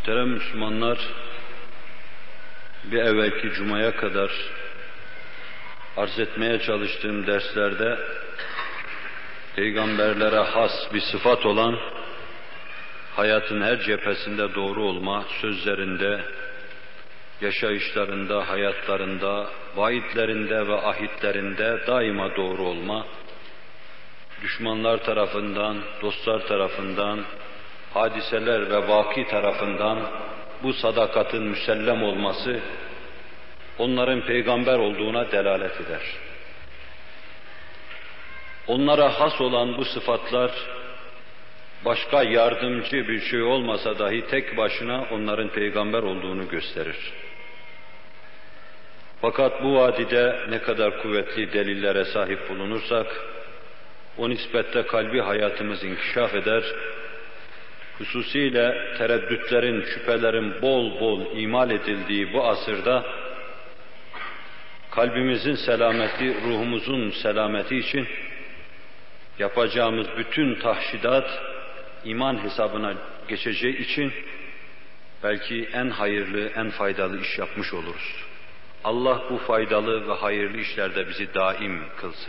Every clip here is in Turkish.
Muhterem Müslümanlar, bir evvelki Cuma'ya kadar arz etmeye çalıştığım derslerde peygamberlere has bir sıfat olan hayatın her cephesinde doğru olma, sözlerinde, yaşayışlarında, hayatlarında, vaatlerinde ve ahitlerinde daima doğru olma, düşmanlar tarafından, dostlar tarafından, hadiseler ve vaki tarafından bu sadakatin müsellem olması, onların peygamber olduğuna delalet eder. Onlara has olan bu sıfatlar, başka yardımcı bir şey olmasa dahi tek başına onların peygamber olduğunu gösterir. Fakat bu vadide ne kadar kuvvetli delillere sahip bulunursak, o nispette kalbi hayatımız inkişaf eder, hususiyle tereddütlerin, şüphelerin bol bol imal edildiği bu asırda, kalbimizin selameti, ruhumuzun selameti için yapacağımız bütün tahşidat, iman hesabına geçeceği için belki en hayırlı, en faydalı iş yapmış oluruz. Allah bu faydalı ve hayırlı işlerde bizi daim kılsın.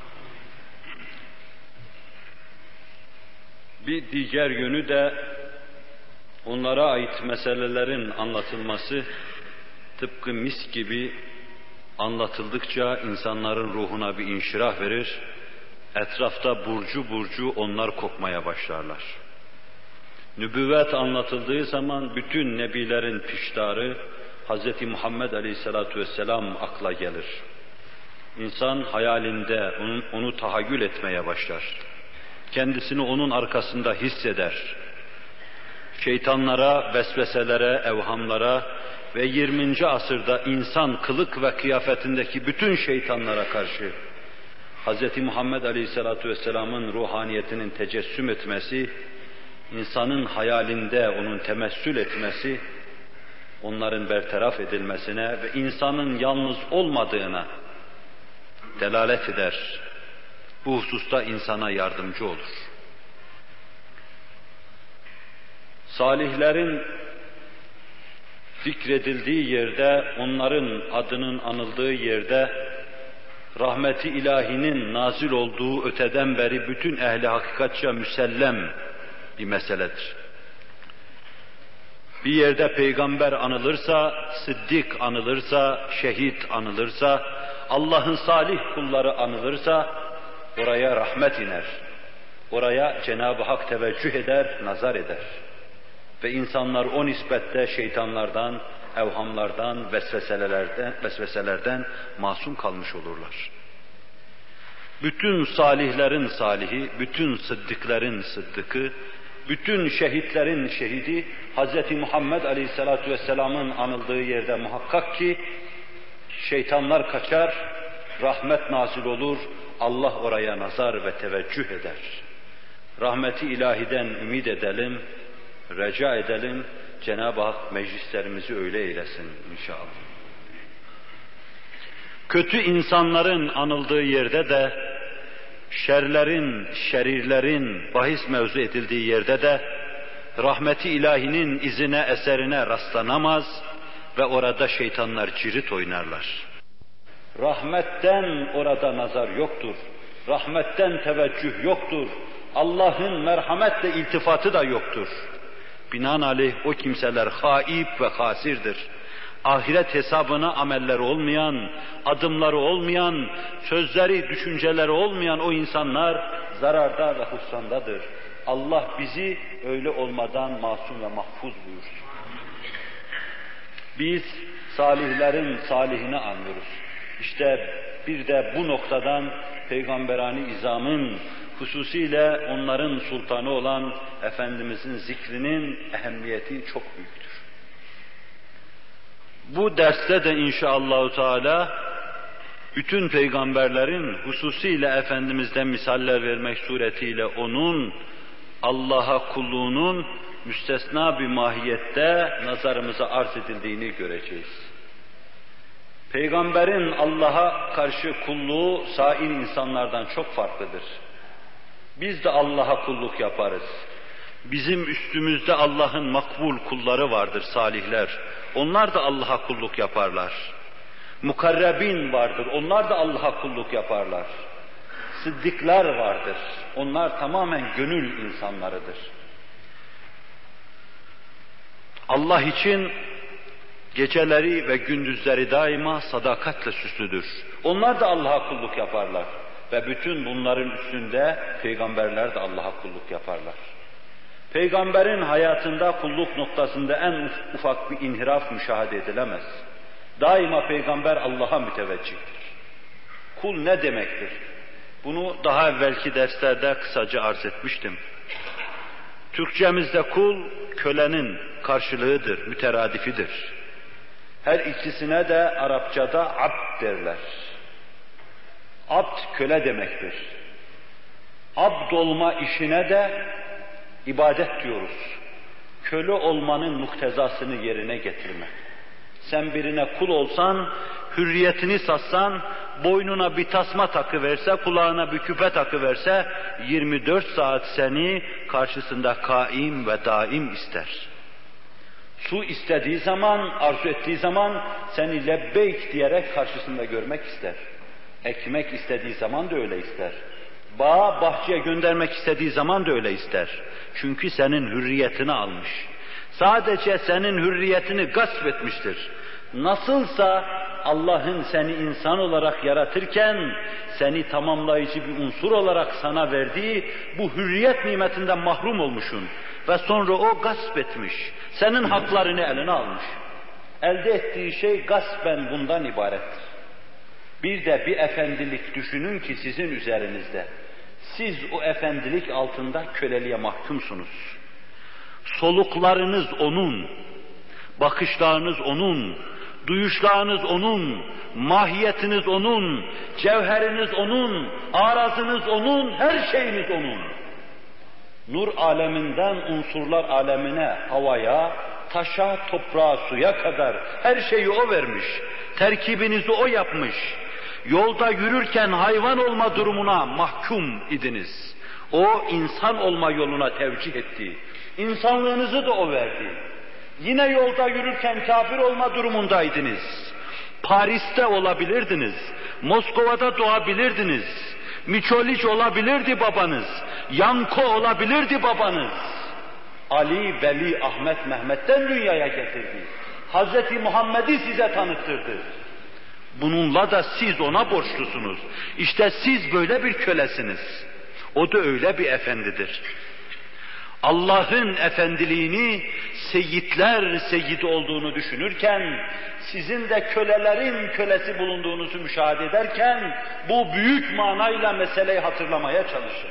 Bir diğer yönü de onlara ait meselelerin anlatılması tıpkı mis gibi anlatıldıkça insanların ruhuna bir inşirah verir, etrafta burcu burcu onlar kokmaya başlarlar. Nübüvvet anlatıldığı zaman bütün nebilerin piştarı Hz. Muhammed Aleyhisselatü Vesselam akla gelir. İnsan hayalinde onu tahayyül etmeye başlar. Kendisini onun arkasında hisseder. Şeytanlara, vesveselere, evhamlara ve 20. asırda insan kılık ve kıyafetindeki bütün şeytanlara karşı Hz. Muhammed Aleyhisselatü Vesselam'ın ruhaniyetinin tecessüm etmesi, insanın hayalinde onun temessül etmesi, onların bertaraf edilmesine ve insanın yalnız olmadığına delalet eder. Bu hususta insana yardımcı olur. Salihlerin zikredildiği yerde, onların adının anıldığı yerde, rahmeti ilahinin nazil olduğu öteden beri bütün ehli hakikatça müsellem bir meseledir. Bir yerde peygamber anılırsa, sıddık anılırsa, şehit anılırsa, Allah'ın salih kulları anılırsa, oraya rahmet iner. Oraya Cenab-ı Hak teveccüh eder, nazar eder. Ve insanlar o nispette şeytanlardan, evhamlardan, vesveselerden masum kalmış olurlar. Bütün salihlerin salihi, bütün sıddıkların sıddıkı, bütün şehitlerin şehidi, Hz. Muhammed Aleyhisselatü Vesselam'ın anıldığı yerde muhakkak ki şeytanlar kaçar, rahmet nazil olur, Allah oraya nazar ve teveccüh eder. Rahmeti ilahiden ümid edelim, reca edelim, Cenab-ı Hak meclislerimizi öyle eylesin inşallah. Kötü insanların anıldığı yerde de, şerlerin, şerirlerin bahis mevzu edildiği yerde de, rahmeti ilahinin izine, eserine rastlanamaz ve orada şeytanlar cirit oynarlar. Rahmetten orada nazar yoktur. Rahmetten teveccüh yoktur. Allah'ın merhametle iltifatı da yoktur. Binaenaleyh o kimseler haib ve hasirdir. Ahiret hesabına amelleri olmayan, adımları olmayan, sözleri, düşünceleri olmayan o insanlar zararda ve husrandadır. Allah bizi öyle olmadan masum ve mahfuz buyursun. Biz salihlerin salihini anlıyoruz. İşte bir de bu noktadan Peygamberani İzam'ın, hususiyle onların sultanı olan Efendimizin zikrinin ehemmiyeti çok büyüktür. Bu derste de inşallahü teala bütün peygamberlerin, hususiyle Efendimiz'den misaller vermek suretiyle onun Allah'a kulluğunun müstesna bir mahiyette nazarımıza arz edildiğini göreceğiz. Peygamberin Allah'a karşı kulluğu sair insanlardan çok farklıdır. Biz de Allah'a kulluk yaparız. Bizim üstümüzde Allah'ın makbul kulları vardır, salihler. Onlar da Allah'a kulluk yaparlar. Mukarrebin vardır, onlar da Allah'a kulluk yaparlar. Sıddıklar vardır, onlar tamamen gönül insanlarıdır. Allah için geceleri ve gündüzleri daima sadakatle süslüdür. Onlar da Allah'a kulluk yaparlar. Ve bütün bunların üstünde peygamberler de Allah'a kulluk yaparlar. Peygamberin hayatında kulluk noktasında en ufak bir inhiraf müşahede edilemez. Daima peygamber Allah'a müteveccihtir. Kul ne demektir? Bunu daha evvelki derslerde kısaca arz etmiştim. Türkçemizde kul, kölenin karşılığıdır, müteradifidir. Her ikisine de Arapçada abd derler. Abd köle demektir. Abd olma işine de ibadet diyoruz. Köle olmanın muktezasını yerine getirme. Sen birine kul olsan, hürriyetini satsan, boynuna bir tasma takıverse, kulağına bir küpe takıverse, 24 saat seni karşısında kaim ve daim ister. Su istediği zaman, arzu ettiği zaman seni lebbeyk diyerek karşısında görmek ister. Ekmek istediği zaman da öyle ister. Bağa, bahçeye göndermek istediği zaman da öyle ister. Çünkü senin hürriyetini almış. Sadece senin hürriyetini gasp etmiştir. Nasılsa Allah'ın seni insan olarak yaratırken seni tamamlayıcı bir unsur olarak sana verdiği bu hürriyet nimetinden mahrum olmuşsun. Ve sonra o gasp etmiş. Senin haklarını eline almış. Elde ettiği şey gaspen bundan ibarettir. Bir de bir efendilik düşünün ki sizin üzerinizde. Siz o efendilik altında köleliğe mahkumsunuz. Soluklarınız onun, bakışlarınız onun, duyuşlarınız onun, mahiyetiniz onun, cevheriniz onun, arazınız onun, her şeyiniz onun. Nur aleminden unsurlar alemine, havaya, taşa, toprağa, suya kadar her şeyi o vermiş. Terkibinizi o yapmış. Yolda yürürken hayvan olma durumuna mahkum idiniz. O insan olma yoluna tevcih etti. İnsanlığınızı da o verdi. Yine yolda yürürken kafir olma durumundaydınız. Paris'te olabilirdiniz. Moskova'da doğabilirdiniz. Miçoliç olabilirdi babanız. Yanko olabilirdi babanız. Ali, Veli, Ahmet, Mehmet'ten dünyaya getirdi. Hazreti Muhammed'i size tanıttırdı. Bununla da siz ona borçlusunuz. İşte siz böyle bir kölesiniz. O da öyle bir efendidir. Allah'ın efendiliğini seyyidler seyyidi olduğunu düşünürken, sizin de kölelerin kölesi bulunduğunuzu müşahede ederken, bu büyük manayla meseleyi hatırlamaya çalışın.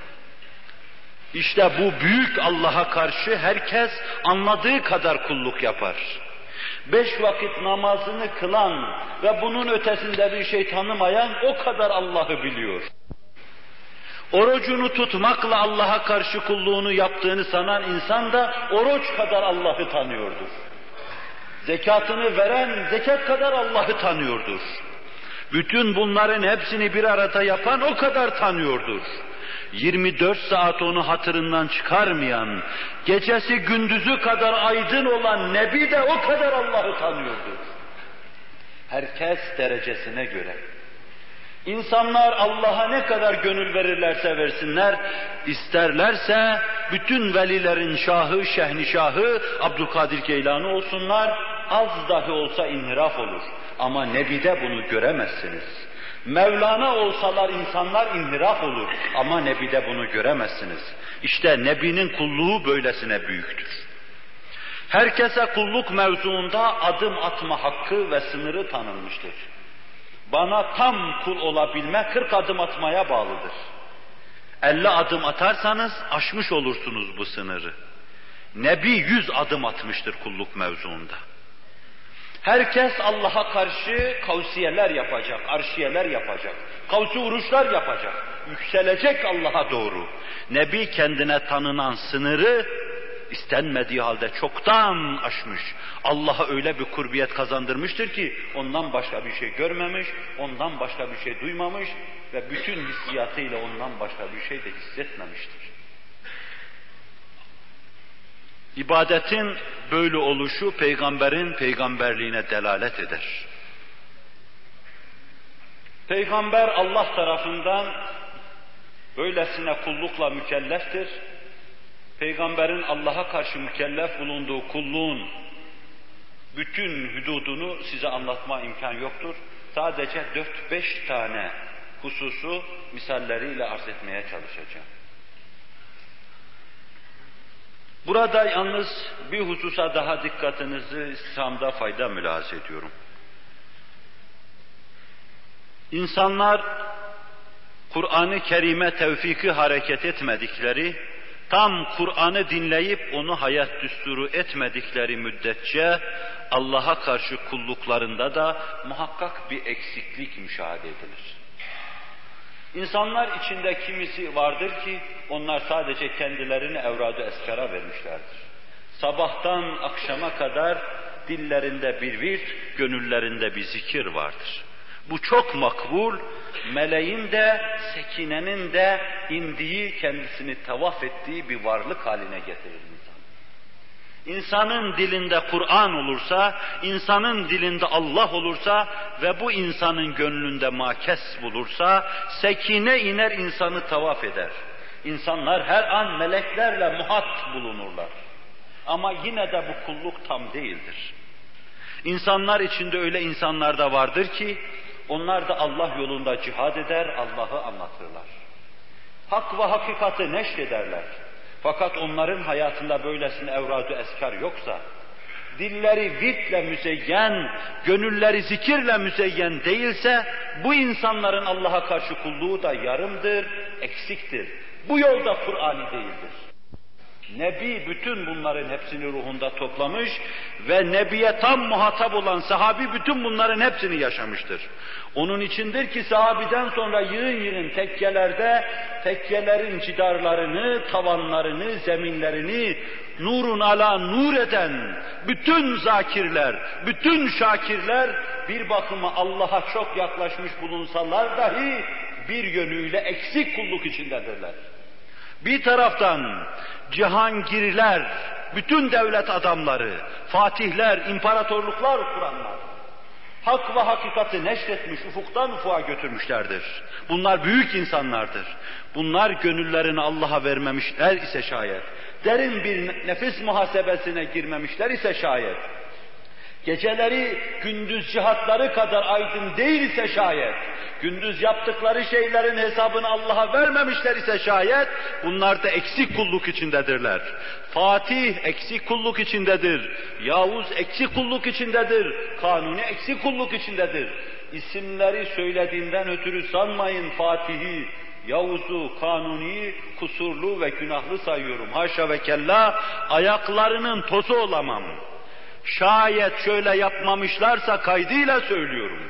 İşte bu büyük Allah'a karşı herkes anladığı kadar kulluk yapar. 5 vakit namazını kılan ve bunun ötesinde bir şey tanımayan o kadar Allah'ı biliyor. Orucunu tutmakla Allah'a karşı kulluğunu yaptığını sanan insan da oruç kadar Allah'ı tanıyordur. Zekatını veren zekat kadar Allah'ı tanıyordur. Bütün bunların hepsini bir arada yapan o kadar tanıyordur. 24 saat onu hatırından çıkarmayan, gecesi gündüzü kadar aydın olan Nebi de o kadar Allah'ı tanıyordur. Herkes derecesine göre. İnsanlar Allah'a ne kadar gönül verirlerse versinler, isterlerse bütün velilerin şahı, şehnişahı Abdülkadir Geylani olsunlar, az dahi olsa inhiraf olur. Ama Nebi'de bunu göremezsiniz. Mevlana olsalar insanlar inhiraf olur ama Nebi'de bunu göremezsiniz. İşte Nebi'nin kulluğu böylesine büyüktür. Herkese kulluk mevzuunda adım atma hakkı ve sınırı tanınmıştır. Bana tam kul olabilme 40 adım atmaya bağlıdır. 50 adım atarsanız aşmış olursunuz bu sınırı. Nebi 100 adım atmıştır kulluk mevzuunda. Herkes Allah'a karşı kavsiyeler yapacak, arşiyeler yapacak, kavsi vuruşlar yapacak, yükselecek Allah'a doğru. Nebi kendine tanınan sınırı istenmediği halde çoktan aşmış. Allah'a öyle bir kurbiyet kazandırmıştır ki ondan başka bir şey görmemiş, ondan başka bir şey duymamış ve bütün hissiyatıyla ondan başka bir şey de hissetmemiştir. İbadetin böyle oluşu peygamberin peygamberliğine delalet eder. Peygamber Allah tarafından böylesine kullukla mükelleftir. Peygamberin Allah'a karşı mükellef bulunduğu kulluğun bütün hududunu size anlatma imkan yoktur. Sadece 4-5 tane hususu misalleriyle arz etmeye çalışacağım. Burada yalnız bir hususa daha dikkatinizi istishamda fayda mülahaza ediyorum. İnsanlar Kur'an-ı Kerim'e tevfiki hareket etmedikleri, tam Kur'an'ı dinleyip onu hayat düsturu etmedikleri müddetçe Allah'a karşı kulluklarında da muhakkak bir eksiklik müşahede edilir. İnsanlar içinde kimisi vardır ki onlar sadece kendilerini evrad-ı eskara vermişlerdir. Sabahtan akşama kadar dillerinde bir virt, gönüllerinde bir zikir vardır. Bu çok makbul, meleğin de, sekinenin de indiği, kendisini tavaf ettiği bir varlık haline getirir insan. İnsanın dilinde Kur'an olursa, insanın dilinde Allah olursa ve bu insanın gönlünde makes bulursa, sekine iner insanı tavaf eder. İnsanlar her an meleklerle muhat bulunurlar. Ama yine de bu kulluk tam değildir. İnsanlar içinde öyle insanlar da vardır ki, onlar da Allah yolunda cihad eder, Allah'ı anlatırlar. Hak ve hakikati neşrederler. Fakat onların hayatında böylesine evrad-ı eskar yoksa, dilleri virtle müzeyyen, gönülleri zikirle müzeyyen değilse, bu insanların Allah'a karşı kulluğu da yarımdır, eksiktir. Bu yolda Kur'an'ı değildir. Nebi bütün bunların hepsini ruhunda toplamış ve Nebi'ye tam muhatap olan sahabi bütün bunların hepsini yaşamıştır. Onun içindir ki sahabiden sonra yığın yığın tekkelerde, tekkelerin cidarlarını, tavanlarını, zeminlerini nurun ala nur eden bütün zakirler, bütün şakirler bir bakıma Allah'a çok yaklaşmış bulunsalar dahi bir yönüyle eksik kulluk içindedirler. Bir taraftan cihangirler, bütün devlet adamları, fatihler, imparatorluklar kuranlar, hak ve hakikati neşretmiş, ufuktan ufuğa götürmüşlerdir. Bunlar büyük insanlardır. Bunlar gönüllerini Allah'a vermemişler ise şayet, derin bir nefis muhasebesine girmemişler ise şayet, geceleri gündüz cihatları kadar aydın değil ise şayet, gündüz yaptıkları şeylerin hesabını Allah'a vermemişler ise şayet, bunlar da eksik kulluk içindedirler. Fatih eksik kulluk içindedir. Yavuz eksik kulluk içindedir. Kanuni eksik kulluk içindedir. İsimleri söylediğinden ötürü sanmayın Fatih'i, Yavuz'u, Kanuni'yi kusurlu ve günahlı sayıyorum. Haşa ve kella, ayaklarının tozu olamam. Şayet şöyle yapmamışlarsa kaydıyla söylüyorum.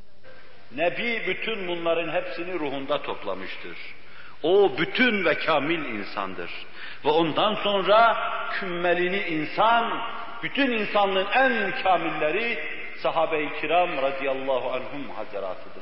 Nebi bütün bunların hepsini ruhunda toplamıştır. O bütün ve kamil insandır. Ve ondan sonra kümmelini insan, bütün insanlığın en kamilleri sahabe-i kiram radıyallahu anhum hazeratıdır.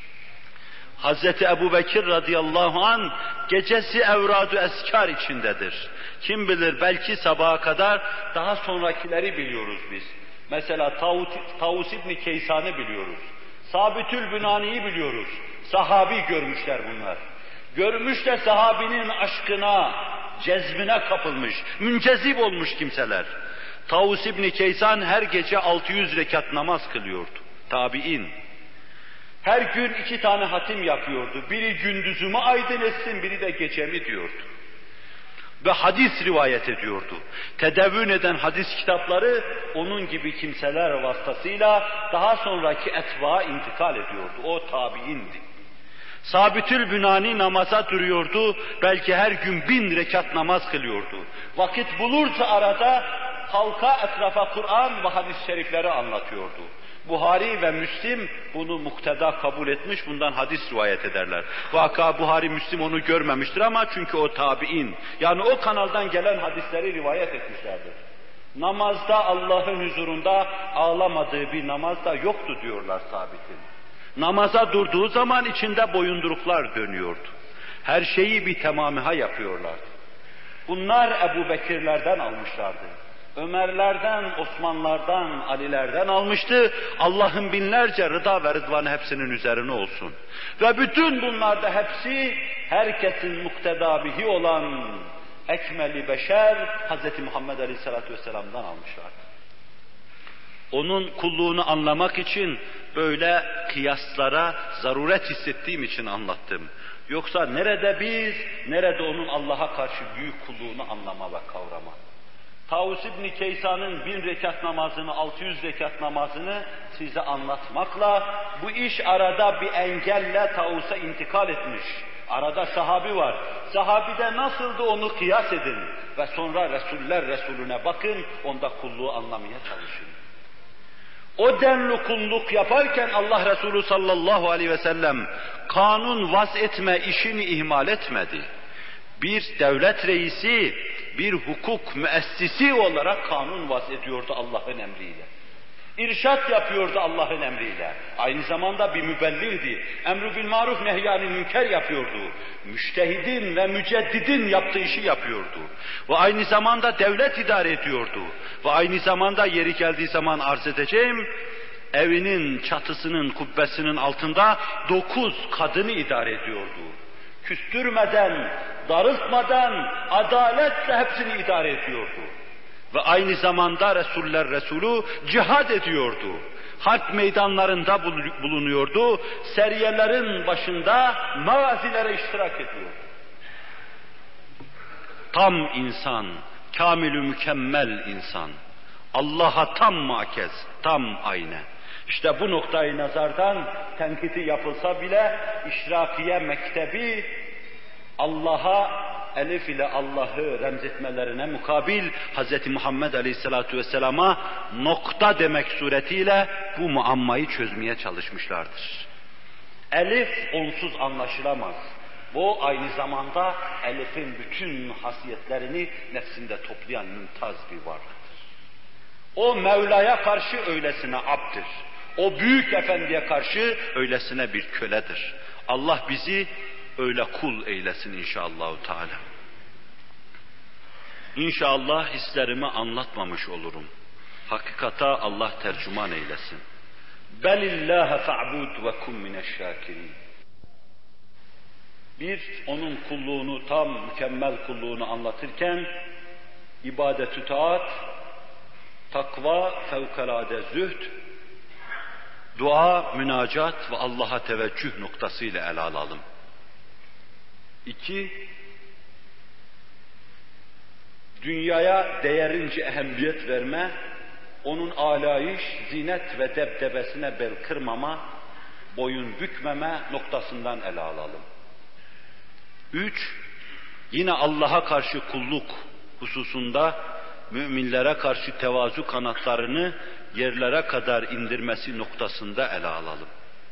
Hazreti Ebu Bekir radıyallahu anh gecesi evrad-ı eskar içindedir. Kim bilir belki sabaha kadar daha sonrakileri biliyoruz biz. Mesela Tavus İbni Keysan'ı biliyoruz. Sabitül Bünani'yi biliyoruz. Sahabi görmüşler bunlar. Görmüş de sahabinin aşkına, cezbine kapılmış, müncezip olmuş kimseler. Tavus İbni Keysan her gece 600 rekat namaz kılıyordu. Tabi'in. Her gün 2 tane hatim yapıyordu. Biri gündüzümü aydın etsin, biri de gecemi diyordu. Ve hadis rivayet ediyordu. Tedevvün eden hadis kitapları onun gibi kimseler vasıtasıyla daha sonraki etbağa intikal ediyordu. O tabiindi. Sabitül Bünani namaza duruyordu. Belki her gün 1000 rekat namaz kılıyordu. Vakit bulursa arada halka etrafa Kur'an ve hadis-i şerifleri anlatıyordu. Buhari ve Müslim bunu mukteda kabul etmiş, bundan hadis rivayet ederler. Vaka Buhari, Müslim onu görmemiştir ama çünkü o tabi'in, yani o kanaldan gelen hadisleri rivayet etmişlerdir. Namazda Allah'ın huzurunda ağlamadığı bir namaz da yoktu diyorlar Sabit'in. Namaza durduğu zaman içinde boyunduruklar dönüyordu. Her şeyi bir tamamiha yapıyorlardı. Bunlar Ebu Bekirlerden almışlardı. Ömerlerden, Osmanlardan, Alilerden almıştı. Allah'ın binlerce rıda ve rıdvanı hepsinin üzerine olsun. Ve bütün bunlarda hepsi herkesin muktedabihi olan ekmeli beşer Hz. Muhammed Aleyhisselatü Vesselam'dan almışlardı. Onun kulluğunu anlamak için böyle kıyaslara zaruret hissettiğim için anlattım. Yoksa nerede biz, nerede onun Allah'a karşı büyük kulluğunu anlama ve kavrama. Tavus İbni Keysan'ın 1000 rekat namazını, 600 rekat namazını size anlatmakla bu iş arada bir engelle Tavus'a intikal etmiş. Arada sahabi var. Sahabide nasıldı onu kıyas edin ve sonra Resuller Resulüne bakın, onda kulluğu anlamaya çalışın. O denli kulluk yaparken Allah Resulü sallallahu aleyhi ve sellem kanun vaz etme işini ihmal etmedi. Bir devlet reisi, bir hukuk müessisi olarak kanun vaz ediyordu Allah'ın emriyle. İrşad yapıyordu Allah'ın emriyle. Aynı zamanda bir mübelliğdi. Emr-ü bil maruf nehyanil münker yapıyordu. Müştehidin ve müceddidin yaptığı işi yapıyordu. Ve aynı zamanda devlet idare ediyordu. Ve aynı zamanda yeri geldiği zaman arz edeceğim, evinin çatısının, kubbesinin altında 9 kadını idare ediyordu. Küstürmeden, darıltmadan, adaletle hepsini idare ediyordu. Ve aynı zamanda Resuller Resulü cihad ediyordu. Harp meydanlarında bulunuyordu. Seriyelerin başında mağazilere iştirak ediyordu. Tam insan, kamilü mükemmel insan. Allah'a tam makez, tam ayna. İşte bu noktayı nazardan tenkiti yapılsa bile İşrakiye Mektebi Allah'a elif ile Allah'ı remzetmelerine mukabil Hz. Muhammed Aleyhisselatü Vesselam'a nokta demek suretiyle bu muammayı çözmeye çalışmışlardır. Elif onsuz anlaşılamaz. Bu aynı zamanda elifin bütün hasiyetlerini nefsinde toplayan mümtaz bir varlıktır. O Mevla'ya karşı öylesine abdir. O büyük efendiye karşı öylesine bir köledir. Allah bizi öyle kul eylesin inşallah Teala. İnşallah hislerimi anlatmamış olurum. Hakikata Allah tercüman eylesin. Belillâhe fa'bud ve kum mineşşâkirîn. Bir, onun kulluğunu, tam mükemmel kulluğunu anlatırken ibadet-ü taat, takva, fevkalade zühd, dua, münacat ve Allah'a teveccüh noktasıyla ele alalım. 2, dünyaya değerince ehemmiyet verme, onun alayış, zinet ve debdebesine bel kırmama, boyun bükmeme noktasından ele alalım. 3, yine Allah'a karşı kulluk hususunda müminlere karşı tevazu kanatlarını yerlere kadar indirmesi noktasında ele alalım.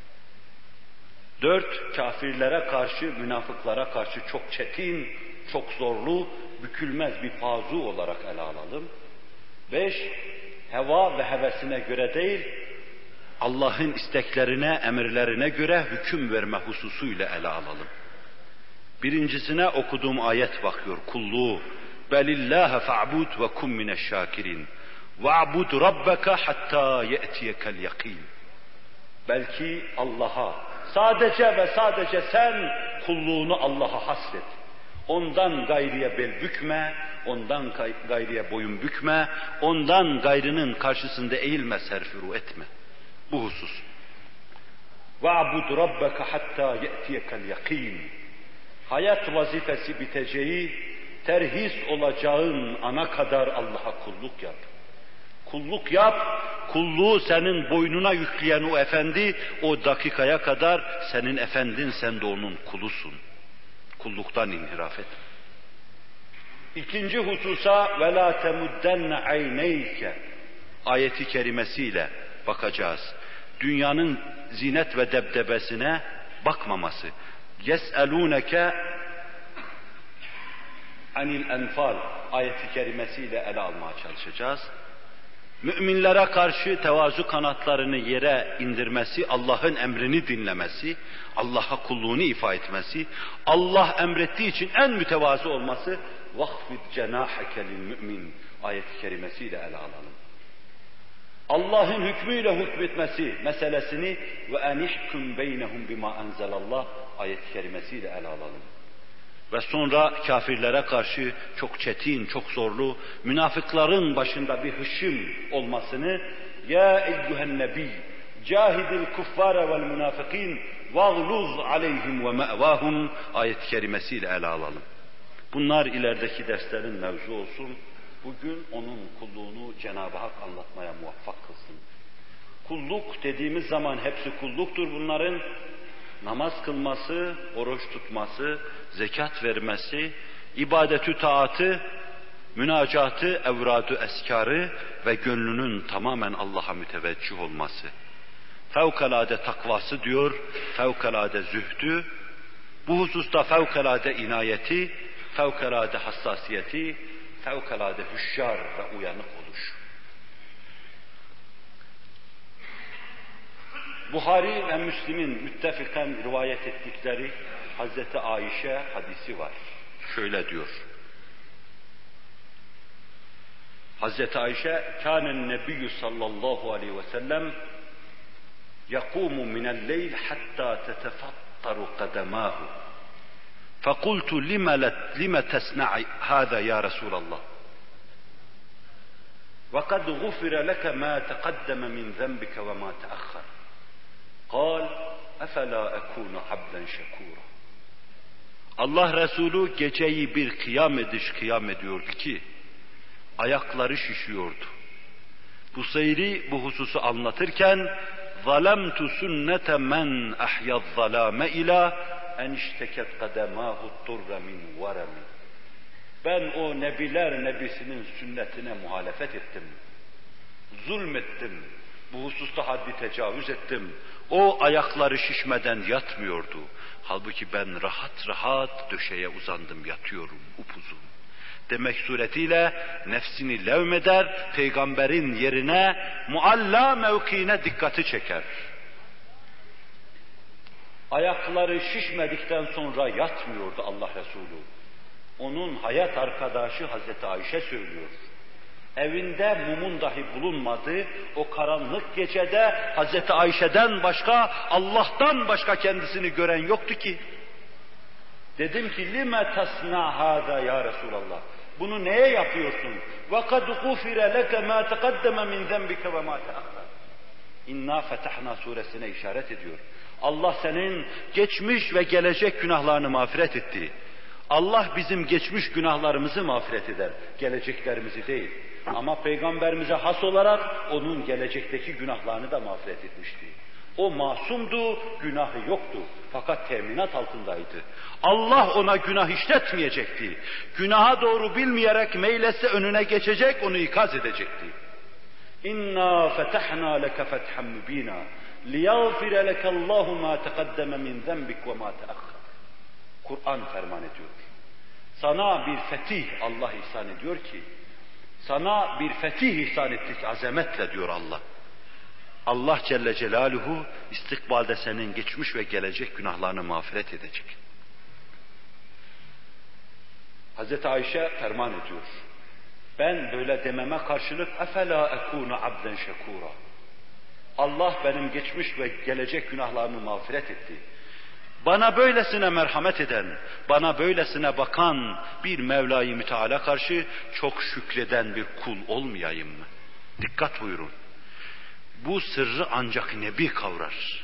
4, kafirlere karşı, münafıklara karşı çok çetin, çok zorlu, bükülmez bir pazu olarak ele alalım. 5, heva ve hevesine göre değil, Allah'ın isteklerine, emirlerine göre hüküm verme hususuyla ele alalım. Birincisine okuduğum ayet bakıyor, kulluğu. Belillâhe fa'bud ve kum mineşşâkirîn. Ve'bud rabbeke hattâ ye'tiyekel yakîn. Belki Allah'a, sadece ve sadece sen kulluğunu Allah'a hasret. Ondan gayriye bel bükme, ondan gayriye boyun bükme, ondan gayrının karşısında eğilme, serfiru etme. Bu husus. وَعْبُدْ رَبَّكَ حَتَّى يَأْتِيَكَ الْيَقِينَ. Hayat vazifesi biteceği, terhis olacağın ana kadar Allah'a kulluk yap. Kulluk yap, kulluğu senin boynuna yükleyen o efendi, o dakikaya kadar senin efendin, sen de onun kulusun. Kulluktan inhiraf et. İkinci hususa وَلَا تَمُدَّنَّ عَيْنَيْكَ ayeti kerimesiyle bakacağız. Dünyanın zinet ve debdebesine bakmaması. يَسْأَلُونَكَ anil enfal ayeti kerimesiyle ele almaya çalışacağız. Müminlere karşı tevazu kanatlarını yere indirmesi, Allah'ın emrini dinlemesi, Allah'a kulluğunu ifa etmesi, Allah emrettiği için en mütevazı olması وَخْفِدْ جَنَاحَكَ لِلْمُؤْمِنِ ayet-i kerimesiyle ele alalım. Allah'ın hükmüyle hükmetmesi meselesini ve enihkum beynehum bima enzelallah ayet-i kerimesiyle ele alalım. Ve sonra kafirlere karşı çok çetin, çok zorlu, münafıkların başında bir hışım olmasını ya eyyühen nebi cahidil kuffara vel münafıkin vağluz aleyhim ve me'vahum ayet-i kerimesiyle ele alalım. Bunlar ilerideki derslerin mevzu olsun. Bugün onun kulluğunu Cenab-ı Hak anlatmaya muvaffak kılsın. Kulluk dediğimiz zaman hepsi kulluktur bunların. Namaz kılması, oruç tutması, zekat vermesi, ibadetü taatı, münacatı, evradu eskarı ve gönlünün tamamen Allah'a müteveccih olması. Fevkalade takvası diyor, fevkalade zühdü, bu hususta fevkalade inayeti, fevkalade hassasiyeti, fevkalade hüşyar ve uyanık oluş. Buhari ve Müslim'in müttefiken rivayet ettikleri Hazreti Ayşe hadisi var. Şöyle diyor. Hazreti Ayşe, kânen nebiyyü sallallahu aleyhi ve sellem يَقُومُ مِنَ اللَّيْلِ حَتَّى تَتَفَطَّرُ قَدَمَاهُ فَقُلْتُ لِمَ تَصْنَعُ هَذَا يَا رَسُولَ اللّٰهِ وَقَدْ غُفِرَ لَكَ مَا تَقَدَّمَ مِنْ ذَنْبِكَ وَمَا تَأَخَّرَ قال أفلا أكون عبدا شكورا. Allah Resulü geceyi bir kıyam ediyordu ki ayakları şişiyordu. Bu seyri, bu hususu anlatırken ظَلَمْتُ سُنَّةَ مَنْ أَحْيَا الظَّلَامَ إِلَى اَنْ اِشْتَكَتْ قَدَمَاهُ الطُّرَّ مِنْ وَرَمٍ. Ben o nebiler nebisinin sünnetine muhalefet ettim. Zulmettim. Bu hususta haddi tecavüz ettim. O ayakları şişmeden yatmıyordu. Halbuki ben rahat rahat döşeye uzandım, yatıyorum upuzun. Demek suretiyle nefsini levmeder, peygamberin yerine mualla mevkiine dikkati çeker. Ayakları şişmedikten sonra yatmıyordu Allah Resulü. Onun hayat arkadaşı Hazreti Ayşe söylüyor. Evinde mumun dahi bulunmadığı o karanlık gecede Hazreti Ayşe'den başka, Allah'tan başka kendisini gören yoktu ki. Dedim ki lime tasna hâzâ ya Resulallah. Bunu neye yapıyorsun? وَقَدْ غُفِرَ لَكَ مَا تَقَدَّمَ مِنْ ذَنْبِكَ وَمَا تَأَخَّرَ. İnna fetahna suresine işaret ediyor. Allah senin geçmiş ve gelecek günahlarını mağfiret etti. Allah bizim geçmiş günahlarımızı mağfiret eder, geleceklerimizi değil. Ama Peygamberimize has olarak onun gelecekteki günahlarını da mağfiret etmişti. O masumdu, günahı yoktu. Fakat teminat altındaydı. Allah ona günah işletmeyecekti. Günaha doğru bilmeyerek meylese önüne geçecek, onu ikaz edecekti. İnna fetahna leke fethan mübina liyaghfira lekallahu ma taqaddama min zenbik ve ma ta'akhkhar. Kur'an ferman ediyor. Sana bir fetih Allah ihsan ediyor ki, sana bir fetih ihsan ettik azametle diyor Allah. Allah Celle Celaluhu istikbalde senin geçmiş ve gelecek günahlarını mağfiret edecek. Hazreti Ayşe ferman ediyor. Ben böyle dememe karşılık efela ekunu abden şekura. Allah benim geçmiş ve gelecek günahlarımı mağfiret etti. Bana böylesine merhamet eden, bana böylesine bakan bir Mevla-i Müteala karşı çok şükreden bir kul olmayayım mı? Dikkat buyurun. Bu sırrı ancak Nebi kavrar.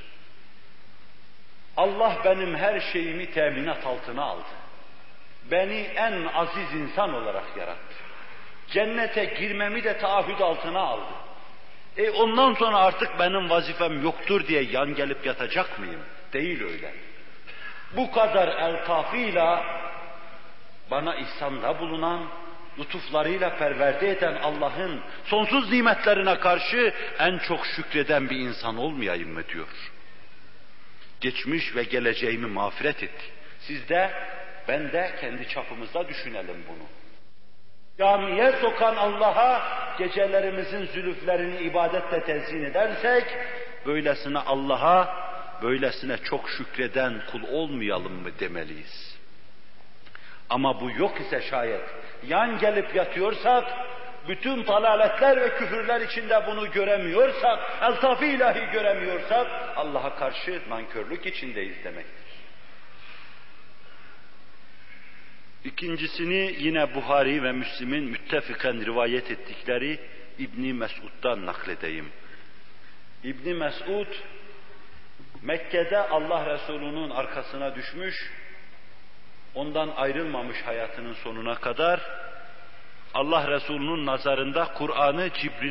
Allah benim her şeyimi teminat altına aldı. Beni en aziz insan olarak yarattı. Cennete girmemi de taahhüt altına aldı. Ondan sonra artık benim vazifem yoktur diye yan gelip yatacak mıyım? Değil öyle. Bu kadar eltafıyla bana ihsanda bulunan, lütuflarıyla perverde eden Allah'ın sonsuz nimetlerine karşı en çok şükreden bir insan olmayayım mı diyor. Geçmiş ve geleceğimi mağfiret etti. Siz de, ben de kendi çapımızda düşünelim bunu. Camiye sokan Allah'a gecelerimizin zülüflerini ibadetle tezyin edersek, böylesine Allah'a, böylesine çok şükreden kul olmayalım mı demeliyiz. Ama bu yok ise şayet, yan gelip yatıyorsak, bütün dalaletler ve küfürler içinde bunu göremiyorsak, eltaf-ı ilahi göremiyorsak, Allah'a karşı nankörlük içindeyiz demektir. İkincisini yine Buhari ve Müslim'in müttefiken rivayet ettikleri İbn Mesud'dan nakledeyim. İbn Mesud, Mekke'de Allah Resulü'nün arkasına düşmüş, ondan ayrılmamış hayatının sonuna kadar, Allah Resulü'nün nazarında Kur'an'ı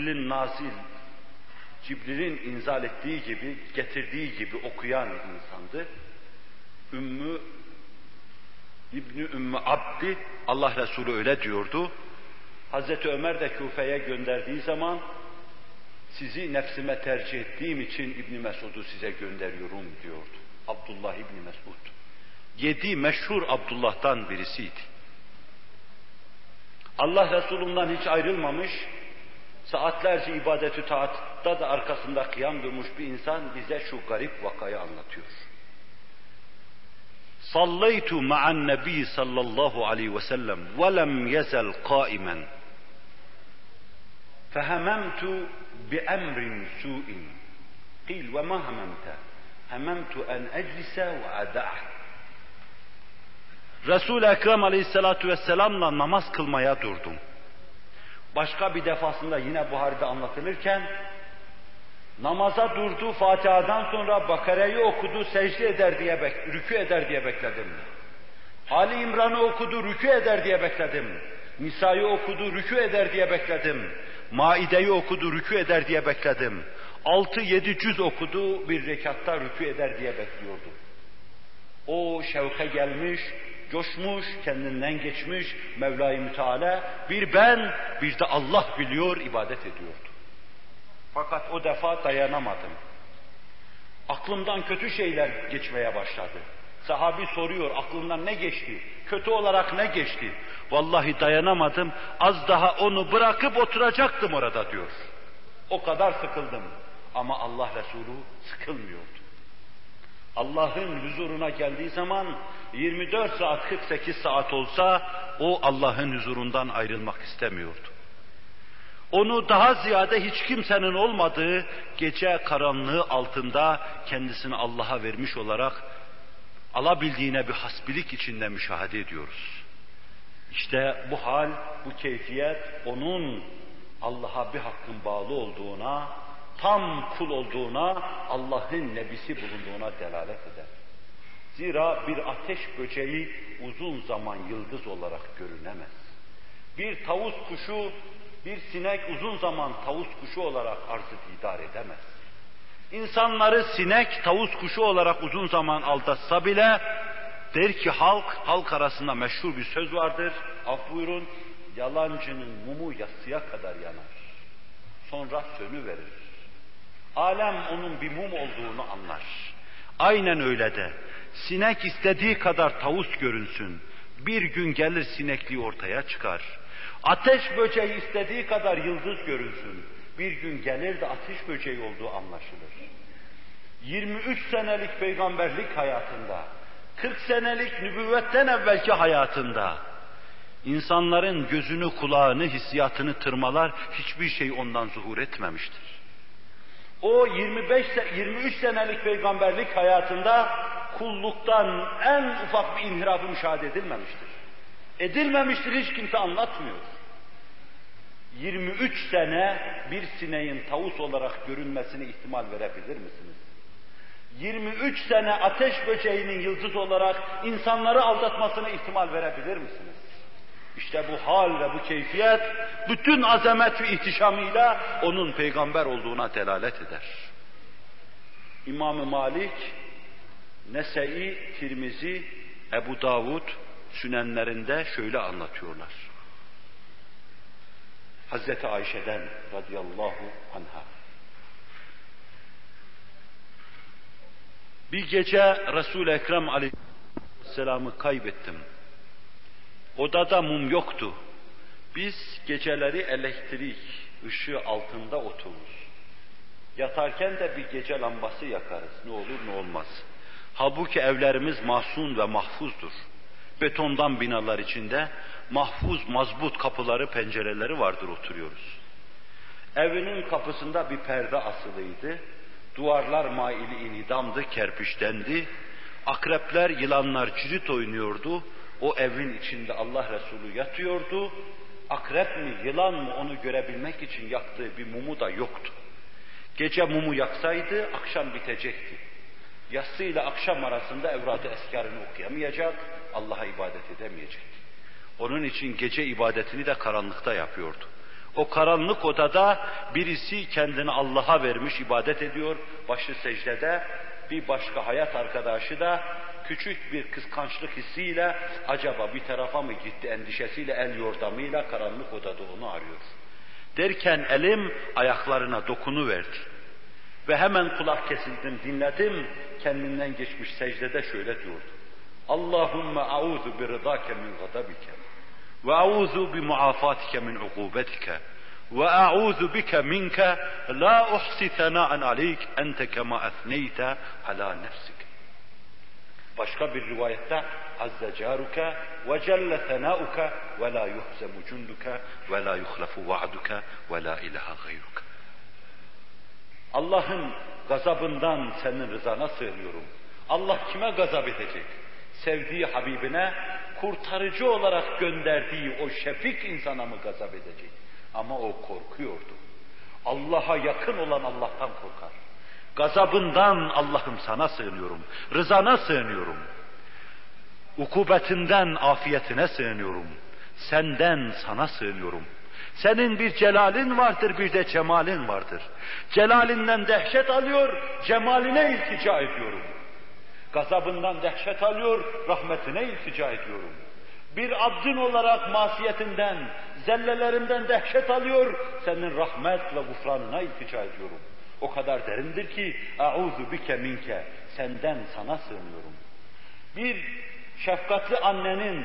Cibril'in inzal ettiği gibi, getirdiği gibi okuyan insandı. İbni Ümmü Abdi, Allah Resulü öyle diyordu. Hazreti Ömer de Küfe'ye gönderdiği zaman, sizi nefsime tercih ettiğim için İbn Mesud'u size gönderiyorum diyordu. Abdullah İbni Mesud. 7 meşhur Abdullah'tan birisiydi. Allah Resulü'nden hiç ayrılmamış, saatlerce ibadet-ü taatta da arkasında kıyam durmuş bir insan bize şu garip vakayı anlatıyor. Sallaytu ma'an nebi sallallahu aleyhi ve sellem ve lem yezel qaimen fehememtu bi emrin su'in qil ve ma hememte hememtu en eclise ve ada'h. Resul-i Ekrem aleyhissalatu vesselam'la namaz kılmaya durdum. Başka bir defasında yine Buhari'de anlatılırken, namaza durdu, Fatiha'dan sonra Bakara'yı okudu, secde eder diye rükû eder diye bekledim. Ali İmran'ı okudu, rükû eder diye bekledim. Nisa'yı okudu, rükû eder diye bekledim. Maide'yi okudu, rükû eder diye bekledim. 6-7 cüz okudu, bir rekatta rükû eder diye bekliyordum. O şevke gelmiş, coşmuş, kendinden geçmiş Mevla-i Müteala, bir ben, bir de Allah biliyor, ibadet ediyordu. Fakat o defa dayanamadım. Aklımdan kötü şeyler geçmeye başladı. Sahabi soruyor, aklımdan ne geçti? Kötü olarak ne geçti? Vallahi dayanamadım, az daha onu bırakıp oturacaktım orada diyor. O kadar sıkıldım. Ama Allah Resulü sıkılmıyordu. Allah'ın huzuruna geldiği zaman 24 saat 48 saat olsa o Allah'ın huzurundan ayrılmak istemiyordu. Onu daha ziyade hiç kimsenin olmadığı gece karanlığı altında kendisini Allah'a vermiş olarak alabildiğine bir hasbilik içinde müşahede ediyoruz. İşte bu hal, bu keyfiyet onun Allah'a bir hakkın bağlı olduğuna, tam kul olduğuna, Allah'ın nebisi bulunduğuna delalet eder. Zira bir ateş böceği uzun zaman yıldız olarak görünemez. Bir tavus kuşu, bir sinek uzun zaman tavus kuşu olarak arz-ı didar edemez. İnsanları sinek, tavus kuşu olarak uzun zaman aldatsa bile, der ki halk arasında meşhur bir söz vardır, af buyurun, yalancının mumu yatsıya kadar yanar. Sonra sönüverir. Alem onun bir mum olduğunu anlar. Aynen öyle de, sinek istediği kadar tavus görünsün, bir gün gelir sinekliği ortaya çıkar. Ateş böceği istediği kadar yıldız görünsün, bir gün gelir de ateş böceği olduğu anlaşılır. 23 senelik peygamberlik hayatında, 40 senelik nübüvvetten evvelki hayatında, insanların gözünü, kulağını, hissiyatını tırmalar, hiçbir şey ondan zuhur etmemiştir. O 23 senelik peygamberlik hayatında kulluktan en ufak bir inhirafı müşahede edilmemiştir. Edilmemiştir, hiç kimse anlatmıyor. 23 sene bir sineğin tavus olarak görünmesine ihtimal verebilir misiniz? 23 sene ateş böceğinin yıldız olarak insanları aldatmasına ihtimal verebilir misiniz? İşte bu hal ve bu keyfiyet bütün azamet ve ihtişamıyla onun peygamber olduğuna delalet eder. İmam-ı Malik, Nesai, Tirmizi, Ebu Davud sünenlerinde şöyle anlatıyorlar. Hazreti Ayşe'den radıyallahu anha. Bir gece Resul-i Ekrem aleyhisselamı kaybettim. Odada mum yoktu. Biz geceleri elektrik ışığı altında otururuz. Yatarken de bir gece lambası yakarız. Ne olur ne olmaz. Halbuki evlerimiz mahzun ve mahfuzdur. Betondan binalar içinde mahfuz, mazbut kapıları, pencereleri vardır, oturuyoruz. Evinin kapısında bir perde asılıydı. Duvarlar maili inidamdı, kerpiçtendi. Akrepler, yılanlar cirit oynuyordu. O evin içinde Allah Resulü yatıyordu. Akrep mi, yılan mı onu görebilmek için yaktığı bir mumu da yoktu. Gece mumu yaksaydı akşam bitecekti. Yatsı ile akşam arasında evradı eskarını okuyamayacak, Allah'a ibadet edemeyecekti. Onun için gece ibadetini de karanlıkta yapıyordu. O karanlık odada birisi kendini Allah'a vermiş, ibadet ediyor, başı secdede, bir başka hayat arkadaşı da küçük bir kıskançlık hissiyle acaba bir tarafa mı gitti endişesiyle el yordamıyla karanlık odada onu arıyor. Derken elim ayaklarına dokunuverdi. Ve hemen kulak kesildim, dinledim, kendinden geçmiş secdede şöyle diyordu. Allahümme a'udhu bi rıdâke min gadabike ve a'udhu bi muafatike min ukubetike ve a'udhu bike minke la uhsi thana'an aleyk ente kema ethneyte ala nefsike. Başka bir rivayette azze caruke ve celle thana'uke ve la yuhzemu cunduke ve la yuhlafu va'duke ve la ilaha gayruke. Allah'ın gazabından senin rızana sığınıyorum. Allah kime gazap edecek? Sevdiği Habibine kurtarıcı olarak gönderdiği o şefik insana mı gazap edecek? Ama o korkuyordu. Allah'a yakın olan Allah'tan korkar. Gazabından Allah'ım sana sığınıyorum. Rızana sığınıyorum. Ukubetinden afiyetine sığınıyorum. Senden sana sığınıyorum. Senin bir celalin vardır, bir de cemalin vardır. Celalinden dehşet alıyor, cemaline iltica ediyorum. Gazabından dehşet alıyor, rahmetine iltica ediyorum. Bir abdin olarak masiyetinden, zellelerimden dehşet alıyor, senin rahmet ve gufranına iltica ediyorum. O kadar derindir ki, e'ûzu bike minke, senden sana sığınıyorum. Bir şefkatli annenin,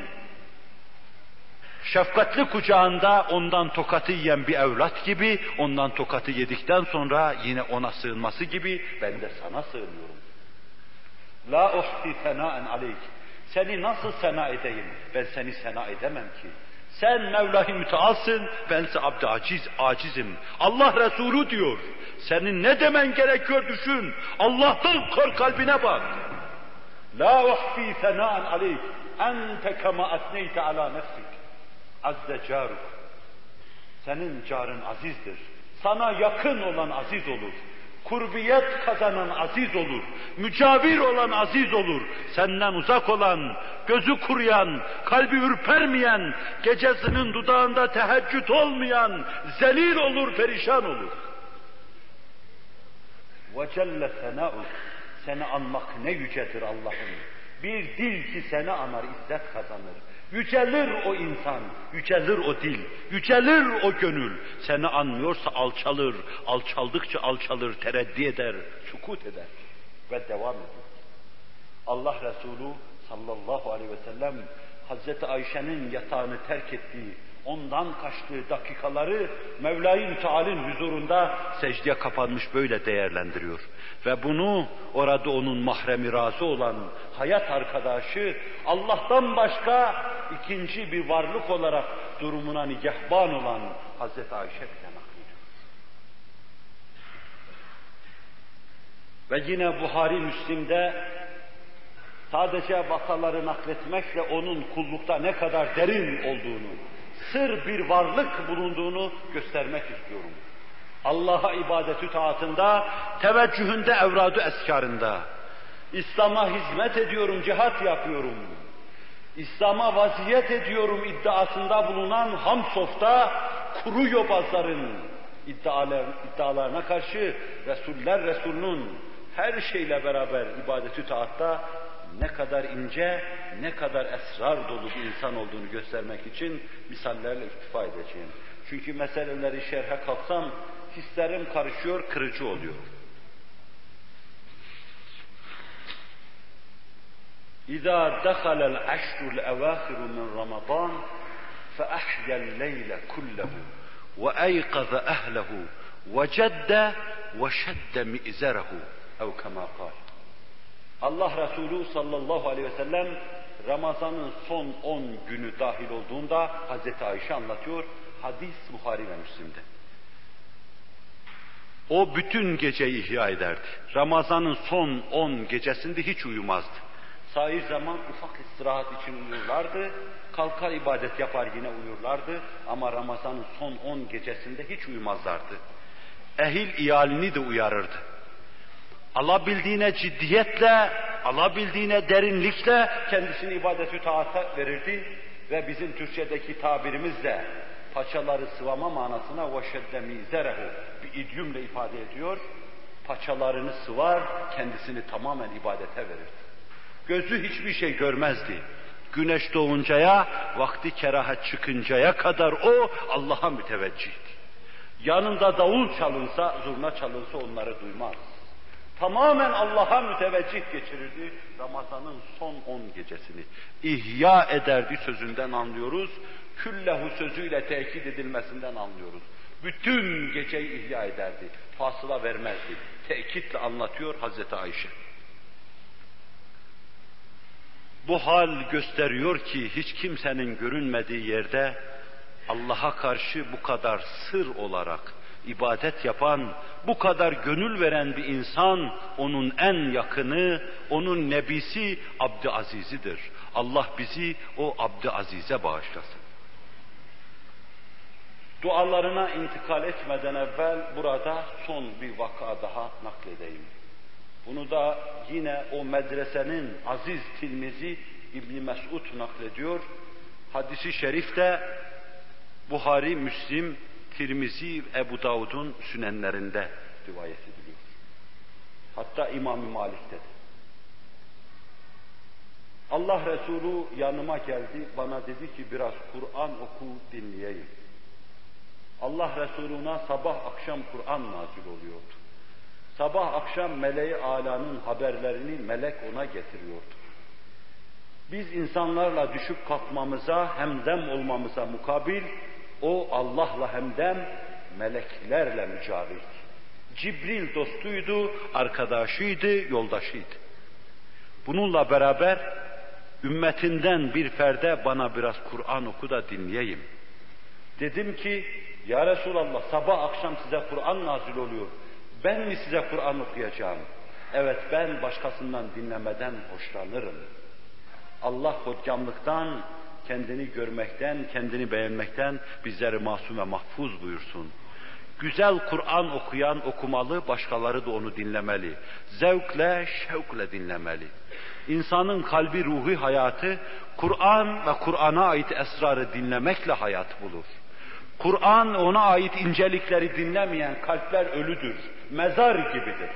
şefkatli kucağında ondan tokatı yiyen bir evlat gibi, ondan tokatı yedikten sonra yine ona sığınması gibi ben de sana sığınıyorum. La uhsi sena'en aleyk. Seni nasıl sena edeyim? Ben seni sena edemem ki. Sen Mevla-i Mütealsın, bense abd-i acizim. Allah Resulü diyor. Senin ne demen gerekiyor düşün. Allah'tan kork, kalbine bak. La uhsi sena'en aleyk. Ente kema etneyte ala nefsik. Azze caruk. Senin carın azizdir. Sana yakın olan aziz olur. Kurbiyet kazanan aziz olur. Mücavir olan aziz olur. Senden uzak olan, gözü kuruyan, kalbi ürpermeyen, gecesinin dudağında teheccüd olmayan, zelil olur, perişan olur. Ve celle senâuk. Seni anmak ne yücedir Allah'ım. Bir dil ki seni anar, izzet kazanır. Yücelir o insan, yücelir o dil, yücelir o gönül. Seni anmıyorsa alçalır, alçaldıkça alçalır, tereddi eder, sukut eder ve devam ediyor. Allah Resulü sallallahu aleyhi ve sellem Hazreti Ayşe'nin yatağını terk ettiği, ondan kaçtığı dakikaları Mevla-i Müteal'in huzurunda secdeye kapanmış böyle değerlendiriyor. Ve bunu orada onun mahremi razı olan hayat arkadaşı, Allah'tan başka ikinci bir varlık olarak durumuna nigahban olan Hazreti Ayşe bize naklediyor. Ve yine Buhari Müslim'de sadece vakaları nakletmekle onun kullukta ne kadar derin olduğunu, sır bir varlık bulunduğunu göstermek istiyorum. Allah'a ibadetü taatında, teveccühünde, evradu eskarında, İslam'a hizmet ediyorum, cihat yapıyorum, İslam'a vaziyet ediyorum iddiasında bulunan Hamsof'ta kuru yobazların iddialarına karşı Resuller Resulü'nün her şeyle beraber ibadetü taatta ne kadar ince, ne kadar esrar dolu bir insan olduğunu göstermek için misallerle iktifa edeceğim. Çünkü meseleleri şerhe kalksam hislerim karışıyor, kırıcı oluyor. İzâ dekhalel aşrul evâhiru min Ramazan feahyel leyle kullehu ve eykaza ehlehu ve cedde ve şedde mi'zerehu ev kemâ kâl. Allah Resulü sallallahu aleyhi ve sellem Ramazan'ın son 10 günü dahil olduğunda Hazreti Ayşe anlatıyor, hadis Buhari ve Müslim'de. O bütün geceyi ihya ederdi. Ramazan'ın son 10 gecesinde hiç uyumazdı. Sair zaman ufak istirahat için uyurlardı, kalkar ibadet yapar yine uyurlardı ama Ramazan'ın son 10 gecesinde hiç uyumazlardı. Ehil iyalini de uyarırdı. Alabildiğine ciddiyetle, alabildiğine derinlikle kendisini ibadet-ü taata verirdi ve bizim Türkçedeki tabirimizle paçaları sıvama manasına وَشَدَّ مِيزَرَهُ bir idiomle ifade ediyor. Paçalarını sıvar, kendisini tamamen ibadete verirdi. Gözü hiçbir şey görmezdi. Güneş doğuncaya, vakti kerahat çıkıncaya kadar o Allah'a müteveccihti. Yanında davul çalınsa, zurna çalınsa onları duymaz. Tamamen Allah'a müteveccih geçirirdi. Ramazan'ın son 10 gecesini ihya ederdi sözünden anlıyoruz. Küllehu sözüyle tekit edilmesinden anlıyoruz. Bütün geceyi ihya ederdi. Fasıla vermezdi. Tekitle anlatıyor Hazreti Ayşe. Bu hal gösteriyor ki hiç kimsenin görünmediği yerde Allah'a karşı bu kadar sır olarak ibadet yapan, bu kadar gönül veren bir insan, onun en yakını, onun nebisi Abd-i Aziz'idir. Allah bizi o Abd-i Aziz'e bağışlasın. Dualarına intikal etmeden evvel burada son bir vaka daha nakledeyim. Bunu da yine o medresenin aziz tilmizi İbn Mes'ud naklediyor. Hadis-i şerifte Buhari, Müslim, Tirmizi, Ebu Davud'un sünenlerinde rivayet ediliyor. Hatta İmam-ı Malik'te de. Allah Resulü yanıma geldi, bana dedi ki biraz Kur'an oku dinleyeyim. Allah Resulü'ne sabah akşam Kur'an nazil oluyordu. Sabah akşam meleği âlânın haberlerini melek ona getiriyordu. Biz insanlarla düşüp kalkmamıza, hemdem olmamıza mukabil, o Allah'la hemdem, meleklerle mücavirdi. Cibril dostuydu, arkadaşıydı, yoldaşıydı. Bununla beraber ümmetinden bir ferde bana biraz Kur'an oku da dinleyeyim. Dedim ki, ya Resulallah sabah akşam size Kur'an nazil oluyor. Ben mi size Kur'an okuyacağım? Evet, ben başkasından dinlemeden hoşlanırım. Allah hodgamlıktan, kendini görmekten, kendini beğenmekten bizleri masum ve mahfuz buyursun. Güzel Kur'an okuyan okumalı, başkaları da onu dinlemeli. Zevkle, şevkle dinlemeli. İnsanın kalbi, ruhi hayatı, Kur'an ve Kur'an'a ait esrarı dinlemekle hayat bulur. Kur'an, ona ait incelikleri dinlemeyen kalpler ölüdür, mezar gibidir.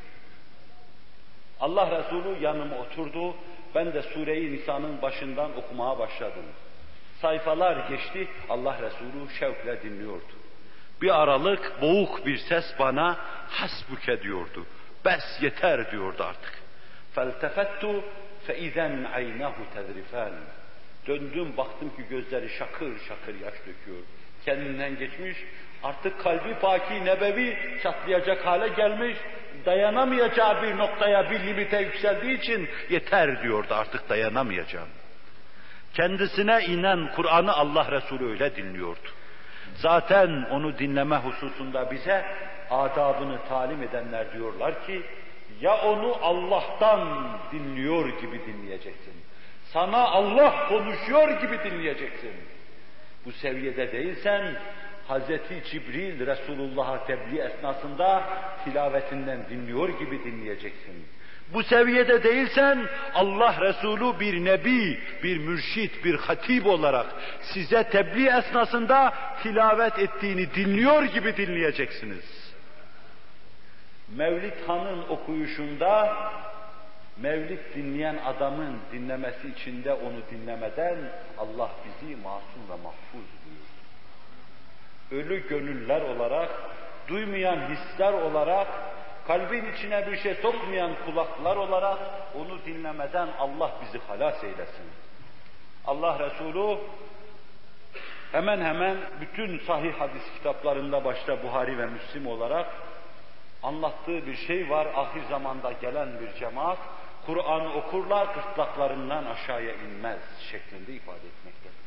Allah Resulü yanıma oturdu, ben de Sure-i Nisa'nın başından okumaya başladım. Sayfalar geçti, Allah Resulü şevkle dinliyordu. Bir aralık boğuk bir ses bana hasbuke diyordu. Bes yeter diyordu artık. فَالْتَفَتُّ فَاِذَنْ عَيْنَهُ تَذْرِفَانِ Döndüm baktım ki gözleri şakır şakır yaş döküyor. Kendinden geçmiş, artık kalbi paki nebevi çatlayacak hale gelmiş, dayanamayacağı bir noktaya, bir limite yükseldiği için yeter diyordu, artık dayanamayacağım. Kendisine inen Kur'an'ı Allah Resulü öyle dinliyordu. Zaten onu dinleme hususunda bize adabını talim edenler diyorlar ki, ya onu Allah'tan dinliyor gibi dinleyeceksin, sana Allah konuşuyor gibi dinleyeceksin. Bu seviyede değilsen, Hazreti Cibril Resulullah'a tebliğ esnasında tilavetinden dinliyor gibi dinleyeceksin. Bu seviyede değilsen, Allah Resulü bir nebi, bir mürşit, bir hatip olarak size tebliğ esnasında tilavet ettiğini dinliyor gibi dinleyeceksiniz. Mevlid Han'ın okuyuşunda, Mevlid dinleyen adamın dinlemesi içinde onu dinlemeden Allah bizi masum ve mahfuz buyurdu. Ölü gönüller olarak, duymayan hisler olarak, kalbin içine bir şey sokmayan kulaklar olarak onu dinlemeden Allah bizi halas eylesin. Allah Resulü hemen hemen bütün sahih hadis kitaplarında başta Buhari ve Müslim olarak anlattığı bir şey var. Ahir zamanda gelen bir cemaat, Kur'an okurlar, gırtlaklarından aşağıya inmez şeklinde ifade etmektedir.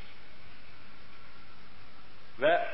Ve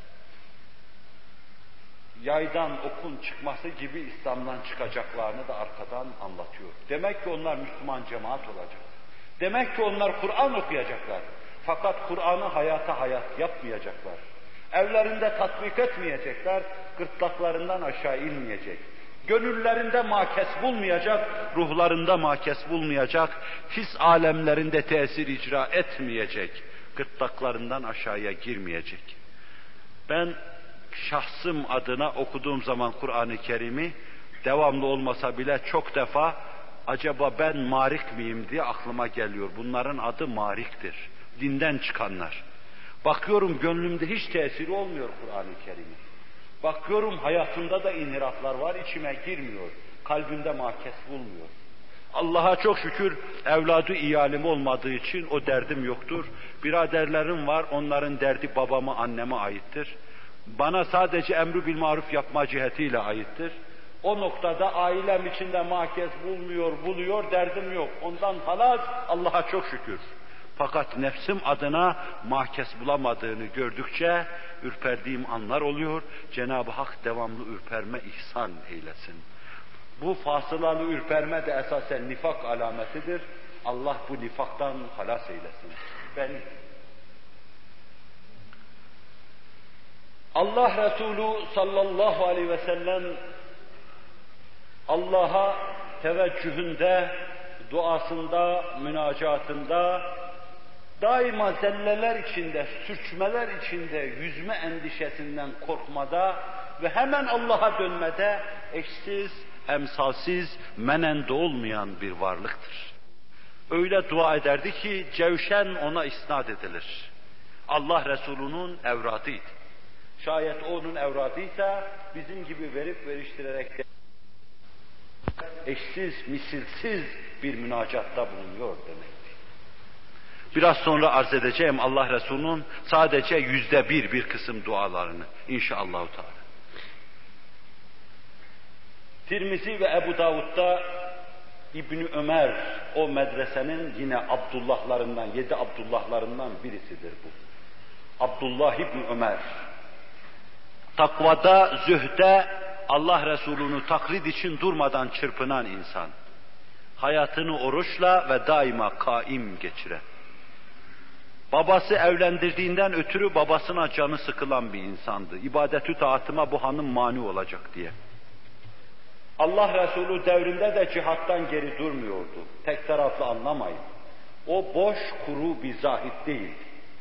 yaydan okun çıkması gibi İslam'dan çıkacaklarını da arkadan anlatıyor. Demek ki onlar Müslüman cemaat olacak. Demek ki onlar Kur'an okuyacaklar. Fakat Kur'an'ı hayata hayat yapmayacaklar. Evlerinde tatbik etmeyecekler, gırtlaklarından aşağı inmeyecek. Gönüllerinde makes bulmayacak, ruhlarında makes bulmayacak, his alemlerinde tesir icra etmeyecek, gırtlaklarından aşağıya girmeyecek. Ben şahsım adına okuduğum zaman Kur'an-ı Kerim'i devamlı olmasa bile çok defa acaba ben marik miyim diye aklıma geliyor. Bunların adı mariktir. Dinden çıkanlar. Bakıyorum gönlümde hiç tesiri olmuyor Kur'an-ı Kerim'in. Bakıyorum hayatımda da inhiraflar var, içime girmiyor. Kalbimde makes bulmuyor. Allah'a çok şükür evladı iyalim olmadığı için o derdim yoktur. Biraderlerim var, onların derdi babama, anneme aittir. Bana sadece emru bil maruf yapma cihetiyle aittir. O noktada ailem içinde makes buluyor, derdim yok. Ondan halas, Allah'a çok şükür. Fakat nefsim adına mahkes bulamadığını gördükçe ürperdiğim anlar oluyor. Cenab-ı Hak devamlı ürperme ihsan eylesin. Bu fasılalı ürperme de esasen nifak alametidir. Allah bu nifaktan halas eylesin. Allah Resulü sallallahu aleyhi ve sellem Allah'a teveccühünde, duasında, münacatında daima zelleler içinde, sürçmeler içinde, yüzme endişesinden korkmada ve hemen Allah'a dönmede eşsiz, emsalsiz, menende olmayan bir varlıktır. Öyle dua ederdi ki cevşen ona isnat edilir. Allah Resulü'nün evradıydı. Şayet onun evradıysa bizim gibi verip veriştirerek de eşsiz, misilsiz bir münacatta bulunuyor demektir. Biraz sonra arz edeceğim Allah Resulü'nün sadece bir kısım dualarını inşallah. Tirmizi ve Ebu Davud'da İbni Ömer o medresenin yine Abdullahlarından, 7 Abdullahlarından birisidir bu. Abdullah İbni Ömer. Takvada, zühde Allah Resulü'nü taklit için durmadan çırpınan insan. Hayatını oruçla ve daima kaim geçiren. Babası evlendirdiğinden ötürü babasına canı sıkılan bir insandı. İbadetü taatıma bu hanım mani olacak diye. Allah Resulü devrinde de cihattan geri durmuyordu. Tek taraflı anlamayın. O boş, kuru bir zahid değil.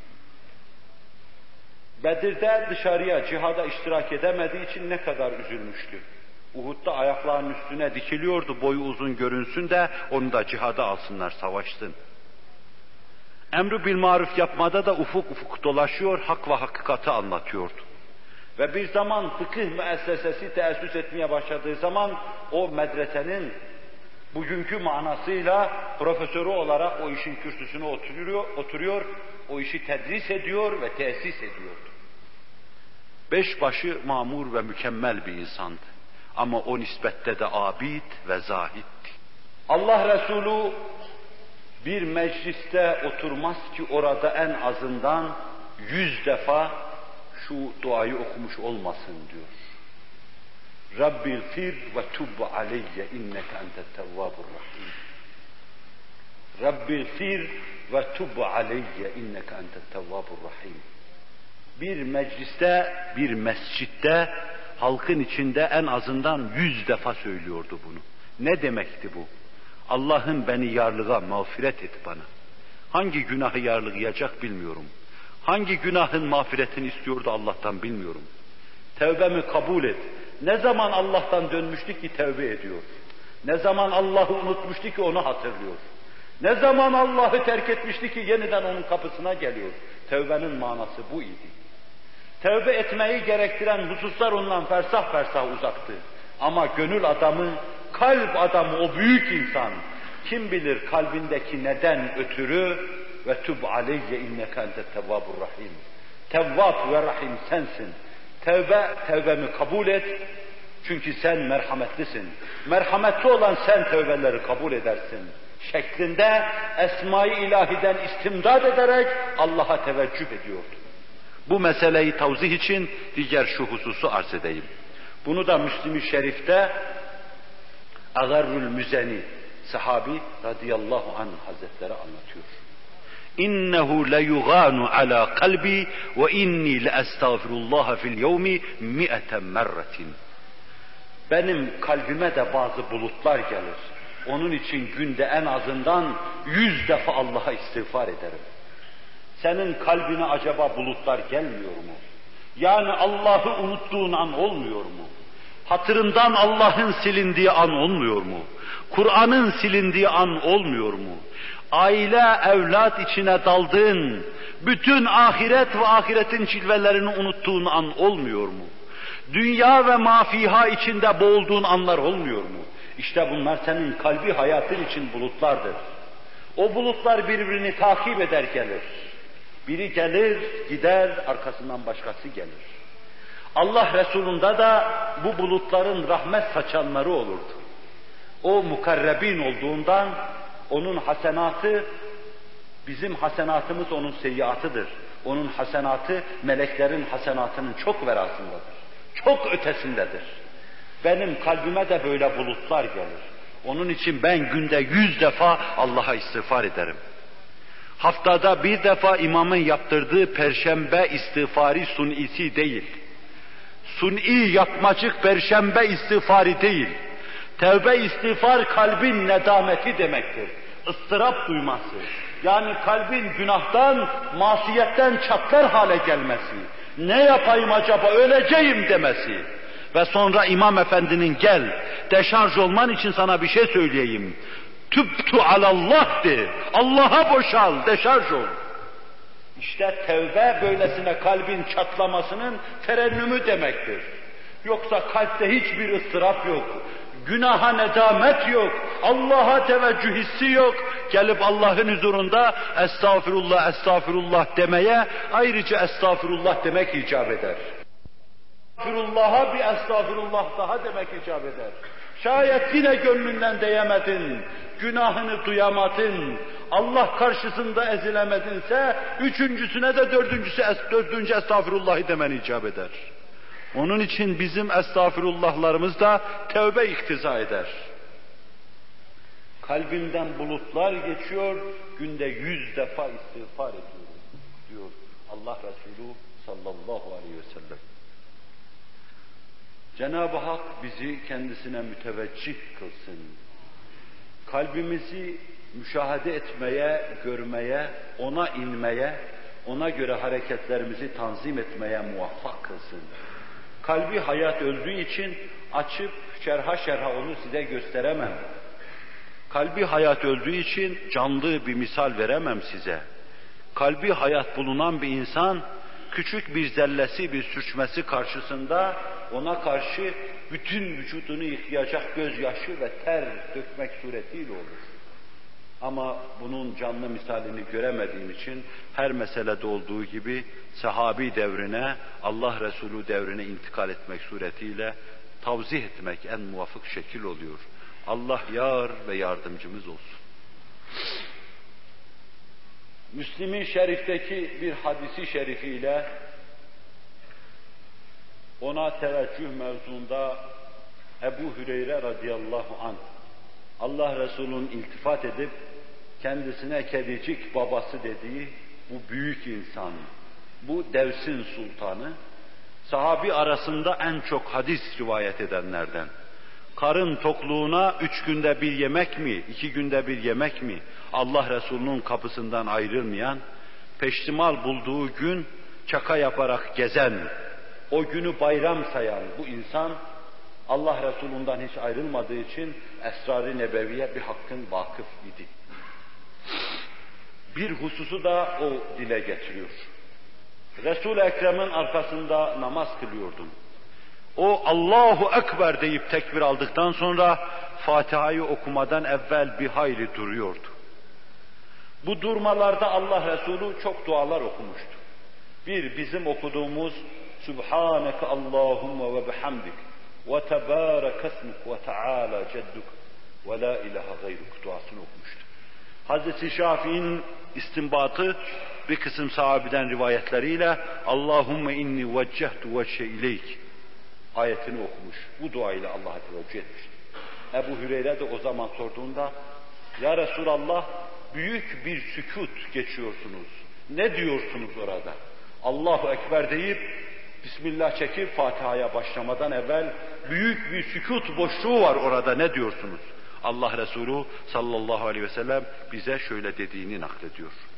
Bedir'de dışarıya, cihada iştirak edemediği için ne kadar üzülmüştü. Uhud'da ayaklarının üstüne dikiliyordu, boyu uzun görünsün de onu da cihada alsınlar, savaşsın. Emru bil maruf yapmada da ufuk ufuk dolaşıyor, hak ve hakikati anlatıyordu. Ve bir zaman fıkıh müessesesi teessüs etmeye başladığı zaman o medresenin bugünkü manasıyla profesörü olarak o işin kürsüsüne oturuyor, o işi tedris ediyor ve tesis ediyordu. Beş başı mamur ve mükemmel bir insandı. Ama o nispette de abid ve zahitti. Allah Resulü bir mecliste oturmaz ki orada en azından 100 defa şu duayı okumuş olmasın diyor. Rabbil fir ve tub aleyye inneke entet tevvabur rahim. Rabbil fir ve tub aleyye inneke entet tevvabur rahim. Bir mecliste, bir mescitte, halkın içinde en azından 100 defa söylüyordu bunu. Ne demekti bu? Allah'ım beni yarlığa mağfiret et bana. Hangi günahı yarlıgayacak bilmiyorum. Hangi günahın mağfiretini istiyordu Allah'tan bilmiyorum. Tevbemi kabul et. Ne zaman Allah'tan dönmüştü ki tevbe ediyor. Ne zaman Allah'ı unutmuştu ki onu hatırlıyor. Ne zaman Allah'ı terk etmişti ki yeniden onun kapısına geliyor. Tevbenin manası bu idi. Tevbe etmeyi gerektiren hususlar ondan fersah fersah uzaktı. Ama gönül adamı, kalp adamı, o büyük insan, kim bilir kalbindeki neden ötürü ve tub aleyye inneke entet tevvabur rahim. Tevvab ve rahim sensin. Tevbemi kabul et Çünkü sen merhametlisin. Merhametli olan sen tövbeleri kabul edersin. Şeklinde Esma-i İlahi'den istimdad ederek Allah'a teveccüh ediyordu. Bu meseleyi tavzih için diğer şu hususu arz edeyim. Bunu da Müslim-i Şerif'te Agarrul Müzeni sahabi radıyallahu anh hazretleri anlatıyor. İnnehu le yuganu ala kalbi ve inni le estağfirullah fil yevmi 100 merratin. Benim kalbime de bazı bulutlar gelir. Onun için günde en azından 100 defa Allah'a istiğfar ederim. Senin kalbine acaba bulutlar gelmiyor mu? Yani Allah'ı unuttuğun an olmuyor mu? Hatırından Allah'ın silindiği an olmuyor mu? Kur'an'ın silindiği an olmuyor mu? Aile, evlat içine daldığın, bütün ahiret ve ahiretin cilvelerini unuttuğun an olmuyor mu? Dünya ve mafiha içinde boğulduğun anlar olmuyor mu? İşte bunlar senin kalbi hayatın için bulutlardır. O bulutlar birbirini takip eder gelir. Biri gelir, gider, arkasından başkası gelir. Allah Resulü'nde da bu bulutların rahmet saçanları olurdu. O mukarrebin olduğundan onun hasenatı, bizim hasenatımız onun seyyiatıdır. Onun hasenatı meleklerin hasenatının çok verasındadır. Çok ötesindedir. Benim kalbime de böyle bulutlar gelir. Onun için ben günde 100 defa Allah'a istiğfar ederim. Haftada bir defa imamın yaptırdığı perşembe istiğfari sun'isi değil. Sun'i yapmacık perşembe istiğfari değil. Tevbe istiğfar kalbin nedameti demektir. Istırap duyması. Yani kalbin günahtan, masiyetten çatlar hale gelmesi. Ne yapayım acaba, öleceğim demesi. Ve sonra İmam Efendi'nin gel, deşarj olman için sana bir şey söyleyeyim. Tübtu alallah de, Allah'a boşal, deşarj ol. İşte tevbe böylesine kalbin çatlamasının terennümü demektir. Yoksa kalpte hiçbir ıstırap yok. Günaha nedamet yok. Allah'a teveccüh hissi yok. Gelip Allah'ın huzurunda estağfirullah, estağfirullah demeye ayrıca estağfirullah demek icap eder. Estağfirullah'a bir estağfirullah daha demek icap eder. Şayet yine gönlünden değemedin, günahını duyamadın, Allah karşısında ezilemedinse, üçüncüsüne de dördüncü estağfirullahı demen icap eder. Onun için bizim estağfirullahlarımız da tevbe iktiza eder. Kalbimden bulutlar geçiyor, günde 100 defa istiğfar ediyorum, diyor Allah Resulü sallallahu aleyhi ve sellem. Cenab-ı Hak bizi kendisine müteveccih kılsın. Kalbimizi müşahede etmeye, görmeye, ona inmeye, ona göre hareketlerimizi tanzim etmeye muvaffak kılsın. Kalbi hayat öldüğü için açıp şerha onu size gösteremem. Kalbi hayat öldüğü için canlı bir misal veremem size. Kalbi hayat bulunan bir insan, küçük bir zellesi, bir sürçmesi karşısında ona karşı bütün vücudunu yıkayacak gözyaşı ve ter dökmek suretiyle olur. Ama bunun canlı misalini göremediğim için her meselede olduğu gibi sahabi devrine, Allah Resulü devrine intikal etmek suretiyle tavzih etmek en muvafık şekil oluyor. Allah yar ve yardımcımız olsun. Müslim-i Şerif'teki bir hadisi şerifiyle ona teveccüh mevzunda Ebu Hüreyre radıyallahu anh Allah Resulü'nün iltifat edip kendisine kedicik babası dediği bu büyük insan, bu devsin sultanı, sahabi arasında en çok hadis rivayet edenlerden. Karın tokluğuna 3 günde bir yemek mi, 2 günde bir yemek mi, Allah Resulü'nün kapısından ayrılmayan, peştimal bulduğu gün çaka yaparak gezen, o günü bayram sayan bu insan, Allah Resulü'nden hiç ayrılmadığı için Esrar-ı Nebevi'ye bir hakkın vakıf idi. Bir hususu da o dile getiriyor. Resul-i Ekrem'in arkasında namaz kılıyordum. O Allahu Ekber deyip tekbir aldıktan sonra Fatiha'yı okumadan evvel bir hayli duruyordu. Bu durmalarda Allah Resulü çok dualar okumuştu. Bir bizim okuduğumuz Subhaneke Allahumma ve bihamdik ve tebârek esmuk ve teâlâ cedduk ve la ilahe gayruk duasını okumuştu. Hazreti Şafii'nin istinbatı bir kısım sahabeden rivayetleriyle Allahümme inni veccehtu vecce ileyk ayetini okumuş. Bu duayla Allah'a teveccüh etmişti. Ebu Hüreyre de o zaman sorduğunda ya Resulallah büyük bir sükût geçiyorsunuz. Ne diyorsunuz orada? Allahu Ekber deyip Bismillah çekip Fatiha'ya başlamadan evvel büyük bir sükût boşluğu var orada. Ne diyorsunuz? Allah Resulü sallallahu aleyhi ve sellem bize şöyle dediğini naklediyor.